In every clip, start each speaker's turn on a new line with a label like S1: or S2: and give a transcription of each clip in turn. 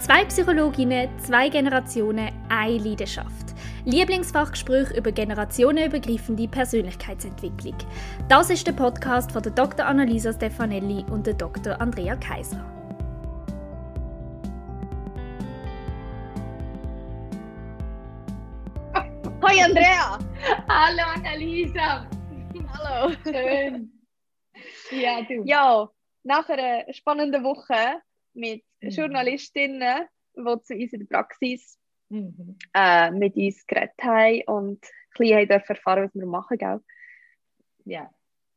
S1: Zwei Psychologinnen, zwei Generationen, eine Leidenschaft. Lieblingsfachgespräche über generationenübergreifende Persönlichkeitsentwicklung. Das ist der Podcast von der Dr. Annalisa Stefanelli und der Dr. Andrea Kaiser.
S2: Hoi Andrea!
S3: Hallo Annalisa!
S2: Hallo!
S3: Schön! Ja, du.
S2: Ja, nach einer spannenden Woche mit Journalistinnen, die zu uns in der Praxis mit uns geredet haben und ein bisschen erfahren, was wir machen, gell?
S3: Ja.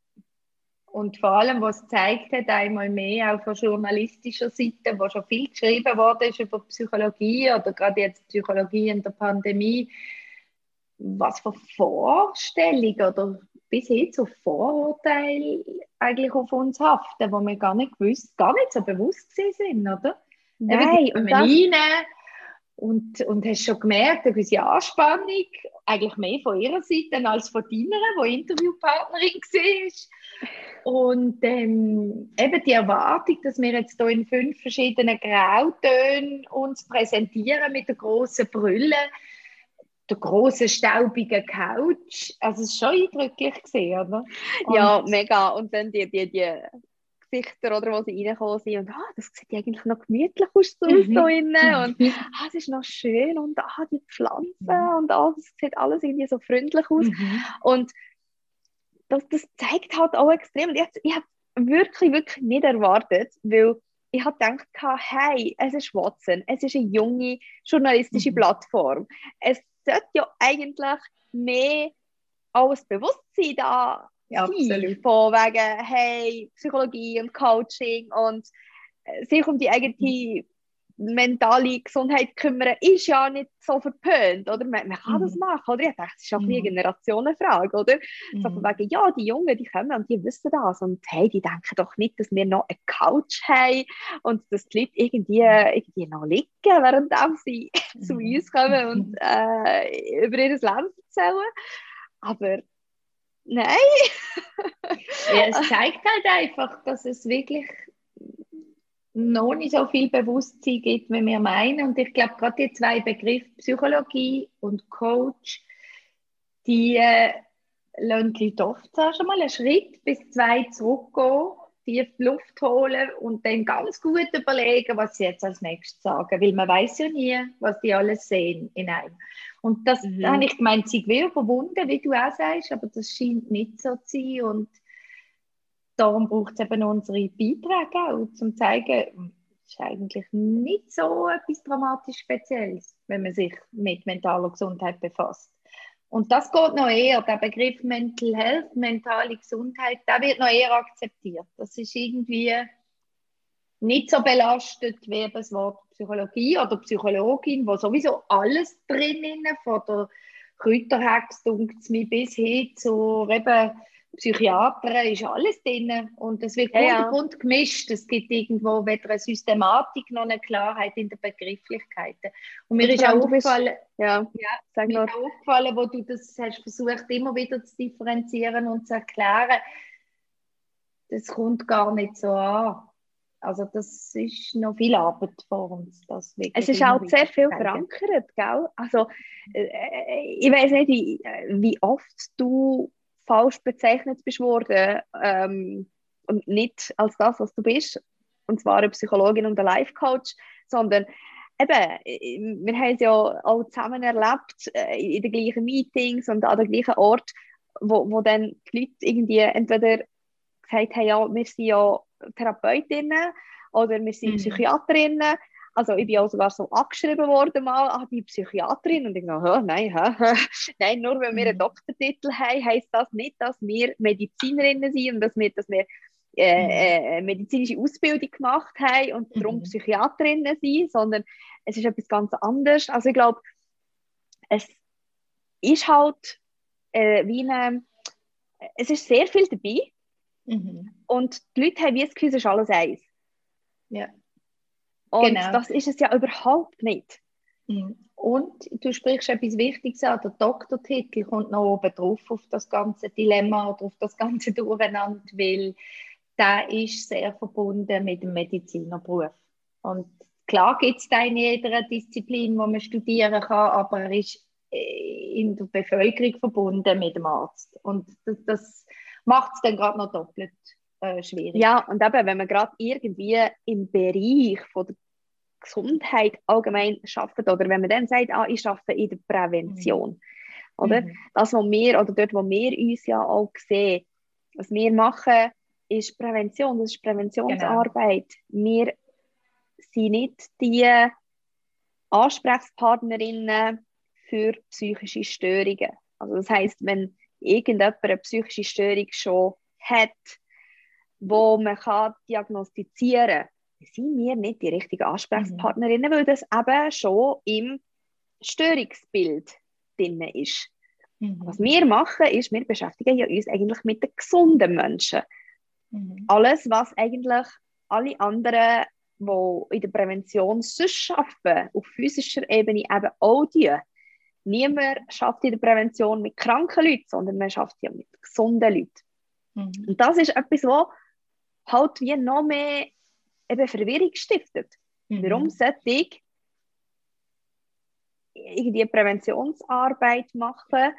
S3: Und vor allem, was gezeigt hat, einmal mehr auch von journalistischer Seite, wo schon viel geschrieben worden ist über Psychologie oder gerade jetzt Psychologie in der Pandemie, was für Vorstellungen oder bis hin zu Vorurteilen eigentlich auf uns haften, wo wir gar nicht so bewusst sind, oder?
S2: Nein,
S3: und das... Und hast schon gemerkt, eine gewisse Anspannung, eigentlich mehr von ihrer Seite als von deiner, die Interviewpartnerin war. Und eben die Erwartung, dass wir jetzt hier in 5 verschiedenen Grautönen uns präsentieren mit der grossen Brille, der grossen staubigen Couch. Also es ist schon eindrücklich gesehen, oder?
S2: Ja, mega. Und dann die Gesichter, oder, wo sie reingekommen sind und das sieht eigentlich noch gemütlich aus so innen und es ist noch schön und die Pflanzen und das sieht alles irgendwie so freundlich aus und das zeigt halt auch extrem. Ich habe wirklich nicht erwartet, weil ich habe gedacht, hey, es ist Watson, es ist eine junge journalistische Plattform. Es sollte ja eigentlich mehr alles Bewusstsein da sein, von wegen, hey, Psychologie und Coaching und sich um die eigene mentale Gesundheit kümmern, ist ja nicht so verpönt, oder? Man kann das machen, oder? Ich dachte, das ist auch eine Generationenfrage, oder? So von wegen, ja, die Jungen, die kommen und die wissen das und hey, die denken doch nicht, dass wir noch eine Couch haben und dass die Leute irgendwie noch liegen, während sie zu uns kommen und über ihr Leben erzählen. Aber nein.
S3: Ja, es zeigt halt einfach, dass es wirklich noch nicht so viel Bewusstsein gibt, wie wir meinen. Und ich glaube, gerade die zwei Begriffe Psychologie und Coach, die lassen die Leute oft schon mal einen Schritt bis 2 zurückgehen, tief Luft holen und dann ganz gut überlegen, was sie jetzt als nächstes sagen. Weil man weiß ja nie, was die alles sehen in einem. Und das habe ich gemeint, sie will überwunden, wie du auch sagst, aber das scheint nicht so zu sein. Und darum braucht es eben unsere Beiträge auch, um zu zeigen, es ist eigentlich nicht so etwas dramatisch Spezielles, wenn man sich mit mentaler Gesundheit befasst. Und das geht noch eher, der Begriff Mental Health, mentale Gesundheit, der wird noch eher akzeptiert. Das ist irgendwie nicht so belastet wie das Wort Psychologie oder Psychologin, wo sowieso alles drin ist, von der Kräuterhexe bis hin zu eben Psychiater ist alles drin und es wird bunt gemischt. Es gibt irgendwo weder eine Systematik noch eine Klarheit in den Begrifflichkeiten. Und mir ist auch aufgefallen, wo du das hast versucht, immer wieder zu differenzieren und zu erklären, das kommt gar nicht so an. Also das ist noch viel Arbeit vor uns.
S2: Es ist auch sehr viel verankert, gell? Also ich weiß nicht, wie oft du falsch bezeichnet bist worden und nicht als das, was du bist, und zwar eine Psychologin und ein Life-Coach, sondern eben, wir haben es ja auch zusammen erlebt, in den gleichen Meetings und an den gleichen Ort, wo dann die Leute irgendwie entweder gesagt haben, ja, wir sind ja Therapeutinnen oder wir sind Psychiaterinnen. Also ich bin auch sogar so angeschrieben worden mal, die Psychiaterin. Und ich dachte, nein, nur weil wir einen Doktortitel haben, heisst das nicht, dass wir Medizinerinnen sind und dass wir medizinische Ausbildung gemacht haben und darum Psychiaterinnen sind, sondern es ist etwas ganz anderes. Also ich glaube, es ist halt es ist sehr viel dabei. Und die Leute haben wie das Gefühl, es ist alles eins.
S3: Ja.
S2: Und das ist es ja überhaupt nicht.
S3: Und du sprichst etwas Wichtiges an, der Doktortitel kommt noch oben drauf auf das ganze Dilemma oder auf das ganze Durcheinander, weil der ist sehr verbunden mit dem Medizinerberuf. Und klar gibt es da in jeder Disziplin, wo man studieren kann, aber er ist in der Bevölkerung verbunden mit dem Arzt. Und das macht es dann gerade noch doppelt schwierig.
S2: Ja, und eben, wenn man gerade irgendwie im Bereich von der Gesundheit allgemein arbeitet, oder wenn man dann sagt, ich arbeite in der Prävention, oder? Das, was wir, oder dort, wo wir uns ja auch sehen, was wir machen, ist Prävention, das ist Präventionsarbeit. Genau. Wir sind nicht die Ansprechpartnerinnen für psychische Störungen. Also das heisst, wenn irgendjemand eine psychische Störung schon hat, wo man kann diagnostizieren kann, sind wir nicht die richtigen Ansprechpartnerinnen, weil das eben schon im Störungsbild drin ist. Was wir machen, ist, wir beschäftigen uns eigentlich mit den gesunden Menschen. Alles, was eigentlich alle anderen, die in der Prävention sonst arbeiten, auf physischer Ebene eben auch tun. Niemand arbeitet in der Prävention mit kranken Leuten, sondern man arbeitet ja mit gesunden Leuten. Und das ist etwas, was halt wie noch mehr eben Verwirrung stiftet. Warum sollte ich irgendwie Präventionsarbeit machen?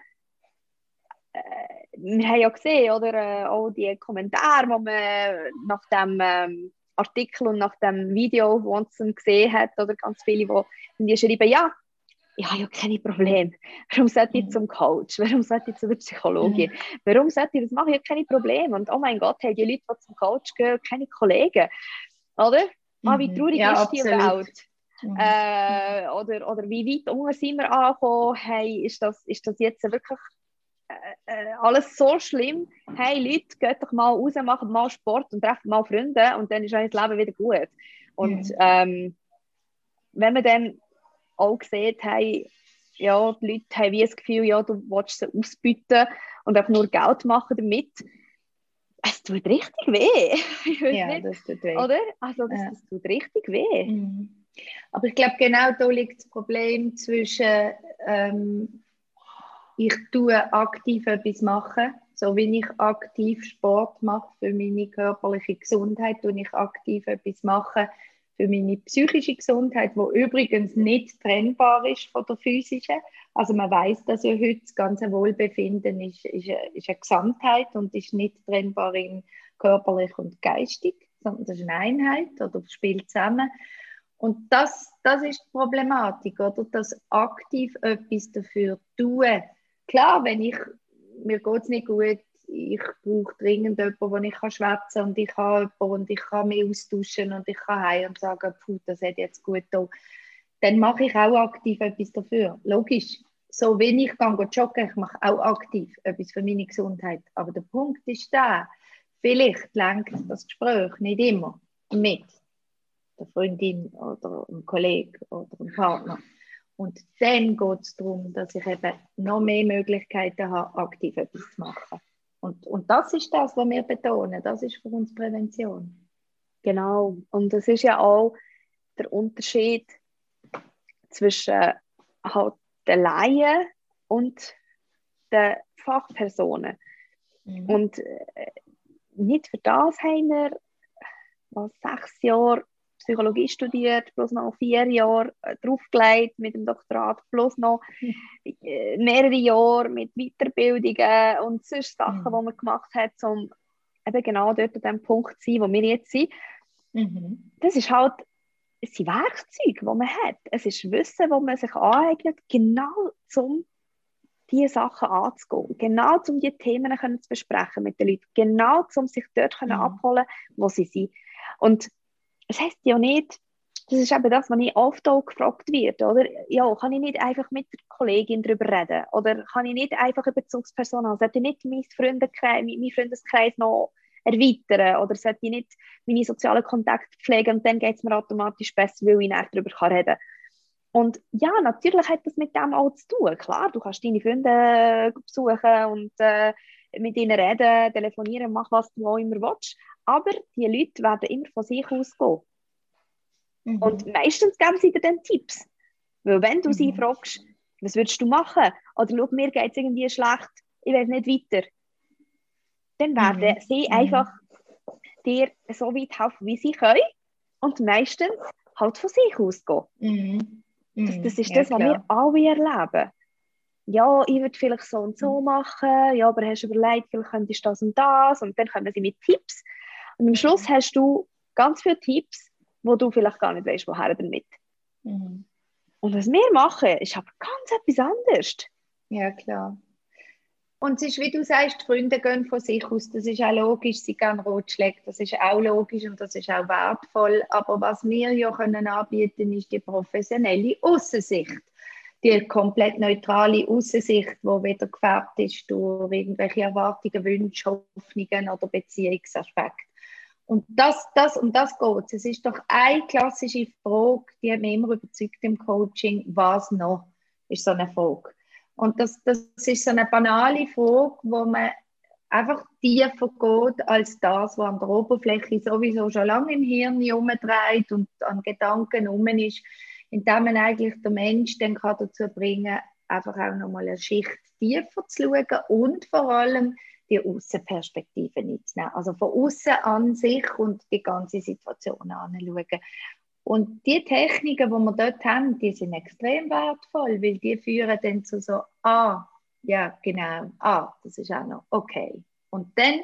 S2: Wir haben ja gesehen, oder, auch die Kommentare, die man nach dem Artikel und nach dem Video, das man gesehen hat, oder ganz viele, die schreiben, ja, ich habe ja keine Probleme. Warum sollte ich zum Coach? Warum sollte ich zu der Psychologin? Warum sollte ich das machen? Ich habe keine Probleme. Und oh mein Gott, haben die Leute, die zum Coach gehen, keine Kollegen. Oder? Wie traurig ist die Welt? Oder wie weit unten sind wir angekommen? Hey, ist das jetzt wirklich alles so schlimm? Hey Leute, geht doch mal raus, macht mal Sport und trefft mal Freunde und dann ist euer Leben wieder gut. Und wenn man dann auch sieht, hey, ja, die Leute haben wie das Gefühl, ja, du willst sie ausbeuten und einfach nur Geld machen damit. Es tut richtig weh.
S3: Ja, das tut weh.
S2: Oder? Also das tut richtig weh.
S3: Aber ich glaube, genau da liegt das Problem zwischen ich tue aktiv etwas machen, so wie ich aktiv Sport mache für meine körperliche Gesundheit, tue ich aktiv etwas machen für meine psychische Gesundheit, wo übrigens nicht trennbar ist von der physischen. Also man weiß, dass ja heute das ganze Wohlbefinden ist eine Gesamtheit und ist nicht trennbar in körperlich und geistig, sondern das ist eine Einheit oder spielt zusammen. Und das ist die Problematik, oder? Dass aktiv etwas dafür tun. Klar, mir geht es nicht gut, ich brauche dringend jemanden, wo ich schwätzen kann und ich habe jemanden und ich kann mich austauschen und ich kann heim und sagen, das hat jetzt gut getan. Dann mache ich auch aktiv etwas dafür. Logisch. So wie ich joggen, ich mache auch aktiv etwas für meine Gesundheit. Aber der Punkt ist der, vielleicht lenkt das Gespräch nicht immer mit der Freundin oder einem Kollegen oder einem Partner. Und dann geht es darum, dass ich eben noch mehr Möglichkeiten habe, aktiv etwas zu machen. Und das ist das, was wir betonen. Das ist für uns Prävention.
S2: Genau. Und das ist ja auch der Unterschied zwischen halt den Laien und den Fachpersonen. Und nicht für das haben wir 6 Jahre Psychologie studiert, plus noch 4 Jahre draufgelegt mit dem Doktorat, plus noch mehrere Jahre mit Weiterbildungen und sonst Sachen, die man gemacht hat, um eben genau dort an dem Punkt zu sein, wo wir jetzt sind. Das ist halt, es sind Werkzeuge, die man hat. Es ist Wissen, das man sich aneignet, genau um diese Sachen anzugehen, genau um diese Themen zu besprechen mit den Leuten, genau um sich dort abholen, wo sie sind. Und es heisst ja nicht, das ist eben das, was ich oft auch gefragt wird, oder? Ja, kann ich nicht einfach mit der Kollegin darüber reden? Oder kann ich nicht einfach eine Bezugsperson haben? Sollte ich nicht meinen Freundeskreis noch erweitern? Oder sollte ich nicht meine sozialen Kontakte pflegen und dann geht es mir automatisch besser, weil ich nicht darüber reden kann? Und ja, natürlich hat das mit dem auch zu tun. Klar, du kannst deine Freunde besuchen und mit ihnen reden, telefonieren, mach was du auch immer willst. Aber die Leute werden immer von sich ausgehen. Und meistens geben sie dir dann Tipps. Weil wenn du sie fragst, was würdest du machen? Oder schau, mir geht es irgendwie schlecht, ich weiß nicht weiter. Dann werden sie einfach dir so weit helfen, wie sie können. Und meistens halt von sich ausgehen. Das ist das, was wir alle erleben. Ja, ich würde vielleicht so und so machen, ja, aber hast du überlegt, vielleicht könntest du das und dann kommen sie mit Tipps. Und am Schluss hast du ganz viele Tipps, wo du vielleicht gar nicht weißt, woher damit. Und was wir machen, ist aber ganz etwas anderes.
S3: Ja, klar. Und es ist, wie du sagst, die Freunde gehen von sich aus. Das ist auch logisch, sie gehen Ratschläge. Das ist auch logisch und das ist auch wertvoll. Aber was wir ja können anbieten, ist die professionelle Aussensicht. Die komplett neutrale Aussensicht, die weder gefärbt ist durch irgendwelche Erwartungen, Wünsche, Hoffnungen oder Beziehungsaspekte. Und um das geht es. Es ist doch eine klassische Frage, die hat mich immer überzeugt im Coaching. Was noch? Ist so eine Frage. Und das ist so eine banale Frage, wo man einfach tiefer geht als das, was an der Oberfläche sowieso schon lange im Hirn herumdreht und an Gedanken herum ist, indem man eigentlich den Menschen dann kann dazu bringen, einfach auch nochmal eine Schicht tiefer zu schauen und vor allem die Aussenperspektive mitzunehmen. Also von außen an sich und die ganze Situation anzuschauen. Und die Techniken, die wir dort haben, die sind extrem wertvoll, weil die führen dann zu so, ja, genau, das ist auch noch, okay. Und dann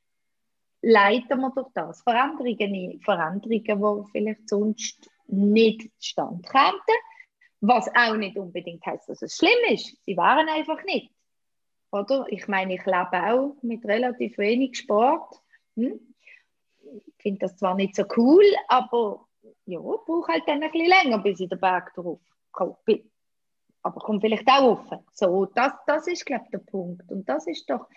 S3: leiten wir durch das Veränderungen, die vielleicht sonst nicht zustande kämen, was auch nicht unbedingt heisst, dass es schlimm ist. Sie wären einfach nicht. Oder? Ich meine, ich lebe auch mit relativ wenig Sport. Ich finde das zwar nicht so cool, aber ja, ich brauche halt dann ein bisschen länger, bis ich den Berg drauf bin. Aber komme vielleicht auch rauf. So, das ist, glaube ich, der Punkt. Und das ist doch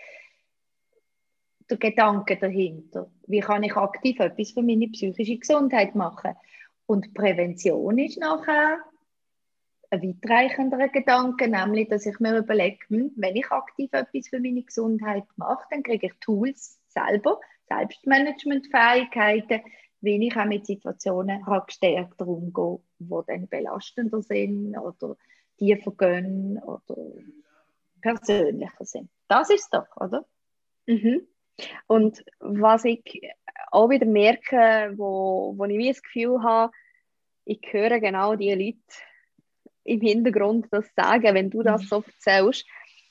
S3: der Gedanke dahinter. Wie kann ich aktiv etwas für meine psychische Gesundheit machen? Und Prävention ist nachher ein weitreichender Gedanke, nämlich, dass ich mir überlege, wenn ich aktiv etwas für meine Gesundheit mache, dann kriege ich Tools selber, Selbstmanagementfähigkeiten, wie ich auch mit Situationen gestärkter umgehe, die dann belastender sind oder tiefer gehen oder persönlicher sind. Das ist es doch, oder?
S2: Und was ich auch wieder merke, wo ich wie das Gefühl habe, ich höre genau die Leute im Hintergrund das sagen, wenn du das so erzählst.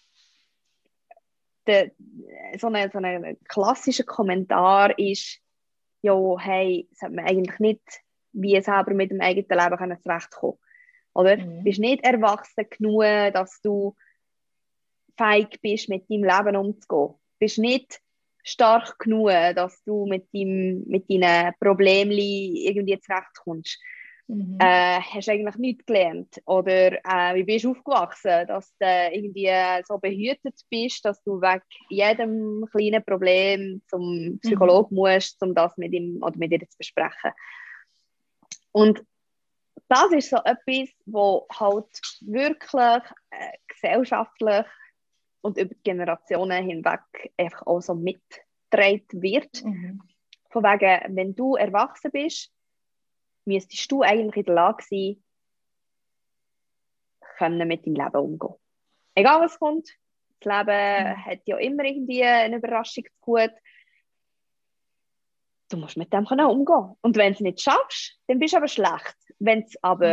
S2: So ein klassischer Kommentar ist, ja, hey, sollte man eigentlich nicht wie selber mit dem eigenen Leben zurechtkommen. Oder? Du bist nicht erwachsen genug, dass du fähig bist, mit deinem Leben umzugehen. Du bist nicht stark genug, dass du mit deinen Problemen irgendwie zurechtkommst. Hast du eigentlich nichts gelernt? Oder wie bist du aufgewachsen, dass du irgendwie so behütet bist, dass du wegen jedem kleinen Problem zum Psychologen musst, um das mit ihm oder mit ihr zu besprechen. Und das ist so etwas, wo halt wirklich gesellschaftlich und über die Generationen hinweg einfach auch so mitgetragen wird. Von wegen, wenn du erwachsen bist, müsstest du eigentlich in der Lage sein, mit deinem Leben umgehen. Egal was kommt, das Leben hat ja immer irgendwie eine Überraschung zu gut. Du musst mit dem umgehen können. Und wenn du es nicht schaffst, dann bist du aber schlecht. Wenn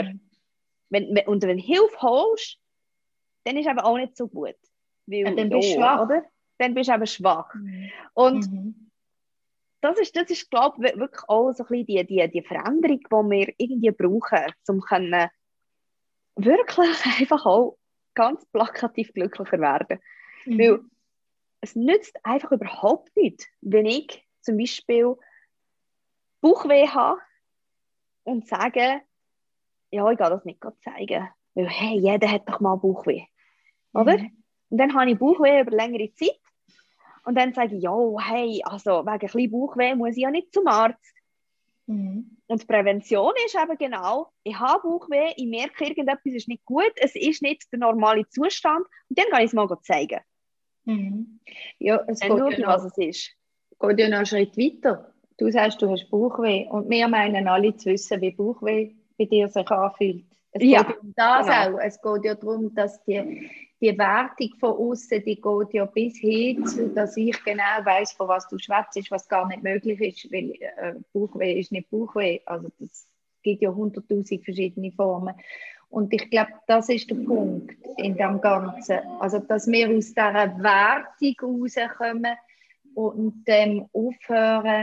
S2: du Hilfe holst, dann ist es aber auch nicht so gut. Weil,
S3: dann bist du schwach.
S2: Oder? Dann bist du aber schwach. Und das ist, glaube ich, wirklich auch so ein bisschen die Veränderung, die wir irgendwie brauchen, um wirklich einfach auch ganz plakativ glücklicher werden. Weil es nützt einfach überhaupt nichts, wenn ich zum Beispiel Bauchweh habe und sage, ja, ich gehe das nicht zeigen. Weil, hey, jeder hat doch mal Bauchweh. Oder? Und dann habe ich Bauchweh über längere Zeit. Und dann sage ich, ja, hey, also wegen ein bisschen Bauchweh muss ich ja nicht zum Arzt. Und Prävention ist eben genau, ich habe Bauchweh, ich merke, irgendetwas ist nicht gut, es ist nicht der normale Zustand und dann kann ich es mal zeigen.
S3: Ja, es
S2: dann schaue ich, was es ist.
S3: Geht ja noch einen Schritt weiter. Du sagst, du hast Bauchweh und wir meinen alle zu wissen, wie Bauchweh bei dir sich anfühlt. Es geht ja um das auch. Es geht ja darum, dass die Wertung von außen, die geht ja bis hin zu, dass ich genau weiss, von was du schwätzt, was gar nicht möglich ist, weil Bauchweh ist nicht Bauchweh. Also das gibt ja 100'000 verschiedene Formen. Und ich glaube, das ist der Punkt in dem Ganzen. Also, dass wir aus dieser Wertung rauskommen und aufhören,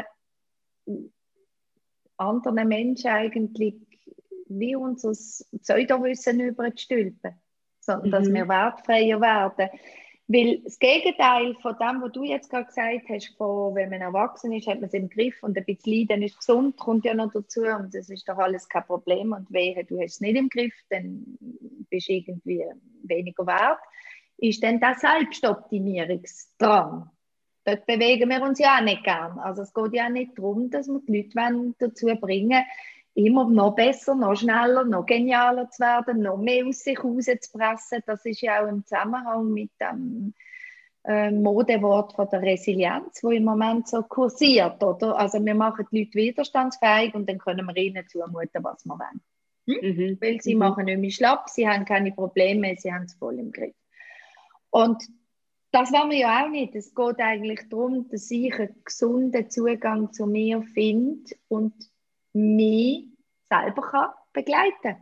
S3: anderen Menschen eigentlich wie unser Pseudowissen überzustülpen, sondern dass wir wertfreier werden. Weil das Gegenteil von dem, was du jetzt gerade gesagt hast, von wenn man erwachsen ist, hat man es im Griff und ein bisschen Leiden ist gesund, kommt ja noch dazu und das ist doch alles kein Problem und wehe, du hast es nicht im Griff, dann bist du irgendwie weniger wert, ist dann der Selbstoptimierungsdrang. Dort bewegen wir uns ja auch nicht gern. Also es geht ja auch nicht darum, dass wir die Leute dazu bringen, immer noch besser, noch schneller, noch genialer zu werden, noch mehr aus sich rauszupressen. Das ist ja auch im Zusammenhang mit dem Modewort von der Resilienz, wo im Moment so kursiert, oder? Also wir machen die Leute widerstandsfähig und dann können wir ihnen zumuten, was wir wollen. Weil sie machen nicht mehr schlapp, sie haben keine Probleme, sie haben es voll im Griff. Und das wollen wir ja auch nicht. Es geht eigentlich darum, dass ich einen gesunden Zugang zu mir finde und mich selber kann begleiten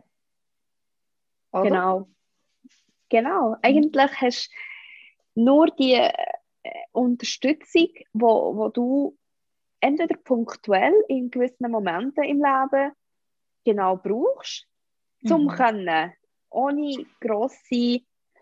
S3: kann.
S2: Genau. Eigentlich hast du nur die Unterstützung, wo du entweder punktuell in gewissen Momenten im Leben genau brauchst, um können, ohne grosse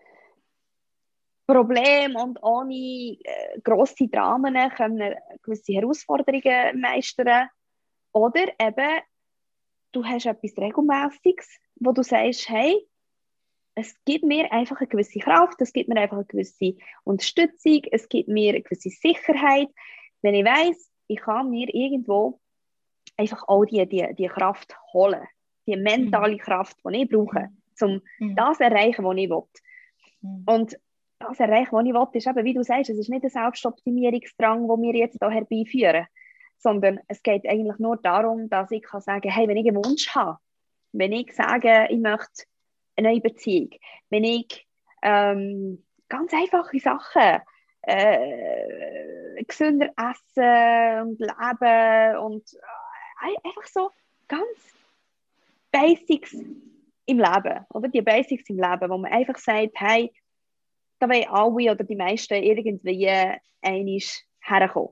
S2: Probleme und ohne grosse Dramen können gewisse Herausforderungen meistern. Oder eben, du hast etwas Regelmäßiges, wo du sagst, hey, es gibt mir einfach eine gewisse Kraft, es gibt mir einfach eine gewisse Unterstützung, es gibt mir eine gewisse Sicherheit, wenn ich weiss, ich kann mir irgendwo einfach all die Kraft holen, die mentale Kraft, die ich brauche, um das zu erreichen, was ich will. Und das erreichen, was ich will, ist eben, wie du sagst, es ist nicht ein Selbstoptimierungsdrang, den wir jetzt hier herbeiführen, sondern es geht eigentlich nur darum, dass ich kann sagen, hey, wenn ich einen Wunsch habe, wenn ich sage, ich möchte eine neue Beziehung, wenn ich ganz einfache Sachen, gesünder essen und leben und einfach so ganz Basics im Leben, oder die Basics im Leben, wo man einfach sagt, hey, da wollen alle oder die meisten irgendwie einmal herkommen.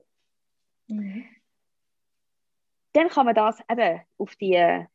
S2: Dann kann man das eben auf die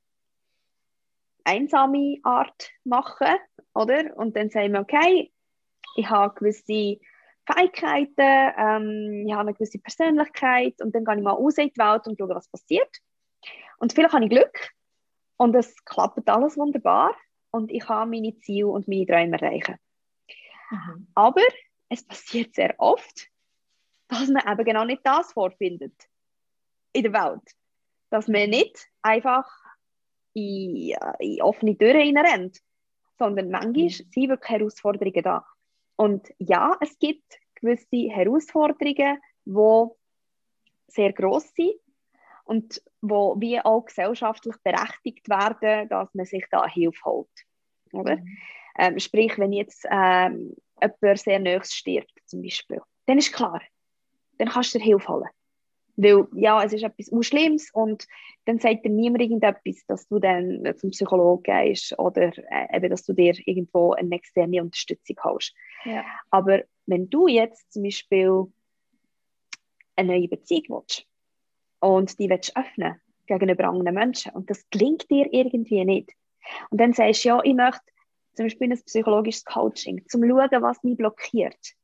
S2: einsame Art machen, oder? Und dann sagen wir, okay, ich habe gewisse Fähigkeiten, ich habe eine gewisse Persönlichkeit und dann gehe ich mal raus in die Welt und schaue, was passiert. Und vielleicht habe ich Glück und es klappt alles wunderbar und ich kann meine Ziele und meine Träume erreichen. Aber es passiert sehr oft, dass man eben genau nicht das vorfindet in der Welt. Dass man nicht einfach in offene Türen reinrennt, sondern manchmal sind wirklich Herausforderungen da. Und ja, es gibt gewisse Herausforderungen, die sehr gross sind und wo wie auch gesellschaftlich berechtigt werden, dass man sich da Hilfe holt. Oder? Sprich, wenn jetzt jemand sehr nahes stirbt, zum Beispiel, dann ist klar, dann kannst du dir Hilfe holen. Weil, ja, es ist etwas Schlimmes und dann sagt dir niemand irgendetwas, dass du dann zum Psychologen gehst oder eben, dass du dir irgendwo eine externe Unterstützung holst. Ja. Aber wenn du jetzt zum Beispiel eine neue Beziehung willst und die willst öffnen gegenüber anderen Menschen und das gelingt dir irgendwie nicht und dann sagst du, ja, ich möchte zum Beispiel ein psychologisches Coaching, zum zu schauen, was mich blockiert.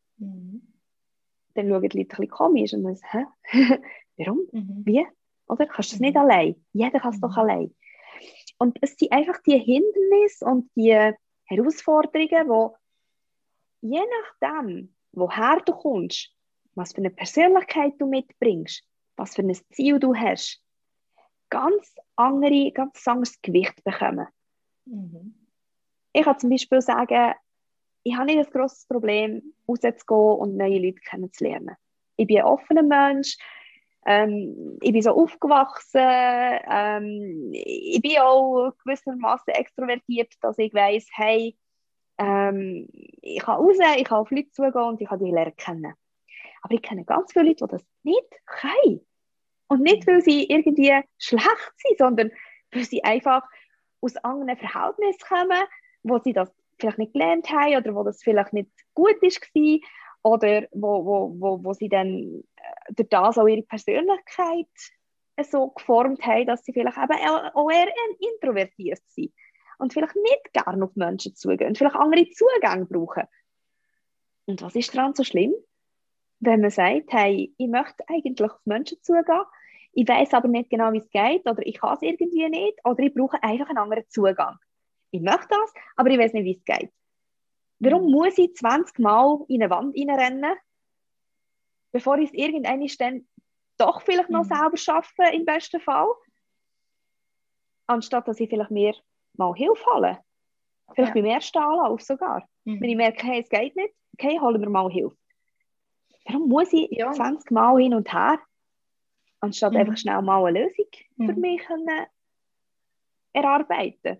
S2: Dann schauen die Leute ein bisschen komisch und dann sagen, hä? Warum? Wie? Oder? Kannst du das nicht allein? Jeder kann es doch allein. Und es sind einfach die Hindernisse und die Herausforderungen, wo je nachdem, woher du kommst, was für eine Persönlichkeit du mitbringst, was für ein Ziel du hast, ganz anderes Gewicht bekommen. Ich kann zum Beispiel sagen, ich habe nicht ein grosses Problem, rauszugehen und neue Leute kennenzulernen. Ich bin ein offener Mensch, ich bin so aufgewachsen, ich bin auch gewissermaßen extrovertiert, dass ich weiss, hey, ich kann raus, ich kann auf Leute zugehen und ich kann die lernen kennen. Aber ich kenne ganz viele Leute, die das nicht können. Und nicht, weil sie irgendwie schlecht sind, sondern weil sie einfach aus anderen Verhältnissen kommen, wo sie das vielleicht nicht gelernt haben oder wo das vielleicht nicht gut war oder wo sie dann durch das auch ihre Persönlichkeit so geformt haben, dass sie vielleicht eben auch eher introvertiert sind und vielleicht nicht gerne auf Menschen zugehen und vielleicht andere Zugänge brauchen. Und was ist daran so schlimm? Wenn man sagt, hey, ich möchte eigentlich auf Menschen zugehen, ich weiß aber nicht genau, wie es geht, oder ich kann es irgendwie nicht, oder ich brauche einfach einen anderen Zugang. Ich möchte das, aber ich weiß nicht, wie es geht. Warum muss ich 20 Mal in eine Wand reinrennen, bevor ich es irgendwann dann doch vielleicht noch selber schaffe, im besten Fall, anstatt dass ich vielleicht mir mal Hilfe hole. Vielleicht beim ersten Anlauf sogar. Wenn ich merke, hey, es geht nicht, okay, holen wir mal Hilfe. Warum muss ich 20 Mal hin und her, anstatt einfach schnell mal eine Lösung für mich erarbeiten?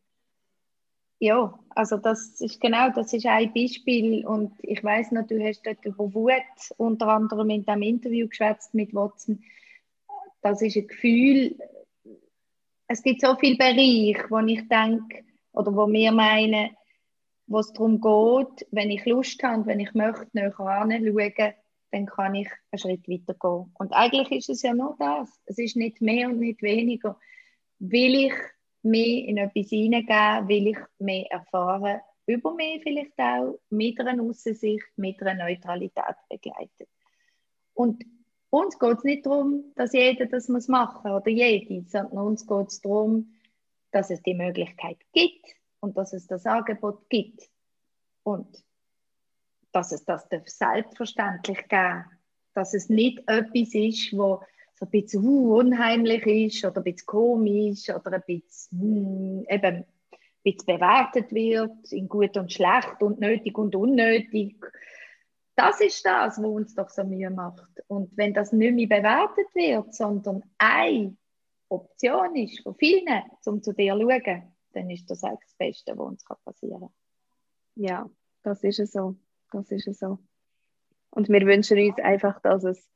S3: Ja, also das ist ein Beispiel und ich weiss noch, du hast dort über Wut unter anderem in diesem Interview geschwätzt mit Watson. Das ist ein Gefühl, es gibt so viele Bereiche, wo ich denke, oder wo wir meinen, wo es darum geht, wenn ich Lust habe und wenn ich möchte, näher hinschauen, dann kann ich einen Schritt weitergehen. Und eigentlich ist es ja nur das. Es ist nicht mehr und nicht weniger. Will ich mehr in etwas hineingeben, will ich mehr erfahren, über mich vielleicht auch, mit einer Aussensicht, mit einer Neutralität begleitet. Und uns geht es nicht darum, dass jeder das machen muss oder jede, sondern uns geht es darum, dass es die Möglichkeit gibt und dass es das Angebot gibt. Und dass es das selbstverständlich geben darf. Dass es nicht etwas ist, wo so ein bisschen unheimlich ist oder ein bisschen komisch oder ein bisschen, ein bisschen bewertet wird in gut und schlecht und nötig und unnötig. Das ist das, was uns doch so Mühe macht. Und wenn das nicht mehr bewertet wird, sondern eine Option ist von vielen, um zu dir zu schauen, dann ist das eigentlich das Beste, was uns passieren kann.
S2: Ja, das ist es so. Das ist es so. Und wir wünschen uns einfach, dass es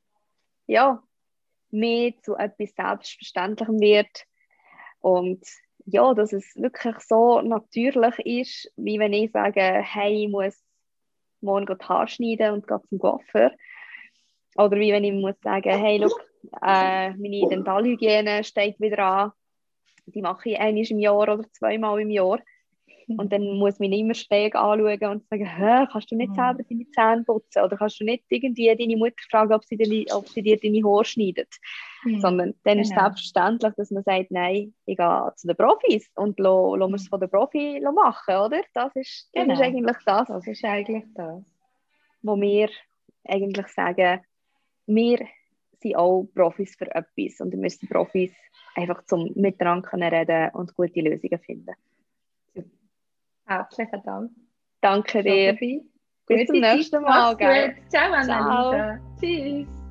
S2: mehr zu etwas Selbstverständlichem wird und ja, dass es wirklich so natürlich ist, wie wenn ich sage, hey, ich muss morgen die Haare schneiden und gehe zum Coiffeur. Oder wie wenn ich muss sagen, hey, look, meine Dentalhygiene steht wieder an. Die mache ich einmal im Jahr oder zweimal im Jahr. Und dann muss man immer schräg anschauen und sagen, kannst du nicht selber deine Zähne putzen? Oder kannst du nicht irgendwie deine Mutter fragen, ob sie dir deine Haare schneidet? Sondern dann ist es selbstverständlich, dass man sagt, nein, ich gehe zu den Profis und lasse mir es von den Profis machen, oder? Das ist eigentlich das.
S3: Das ist eigentlich das.
S2: Wo wir eigentlich sagen, wir sind auch Profis für etwas und wir müssen Profis einfach zum Miteinander reden und gute Lösungen finden.
S3: Herzlichen Dank.
S2: Danke dir.
S3: Bis
S2: zum nächsten Mal.
S3: Ciao, Annalisa. Tschüss.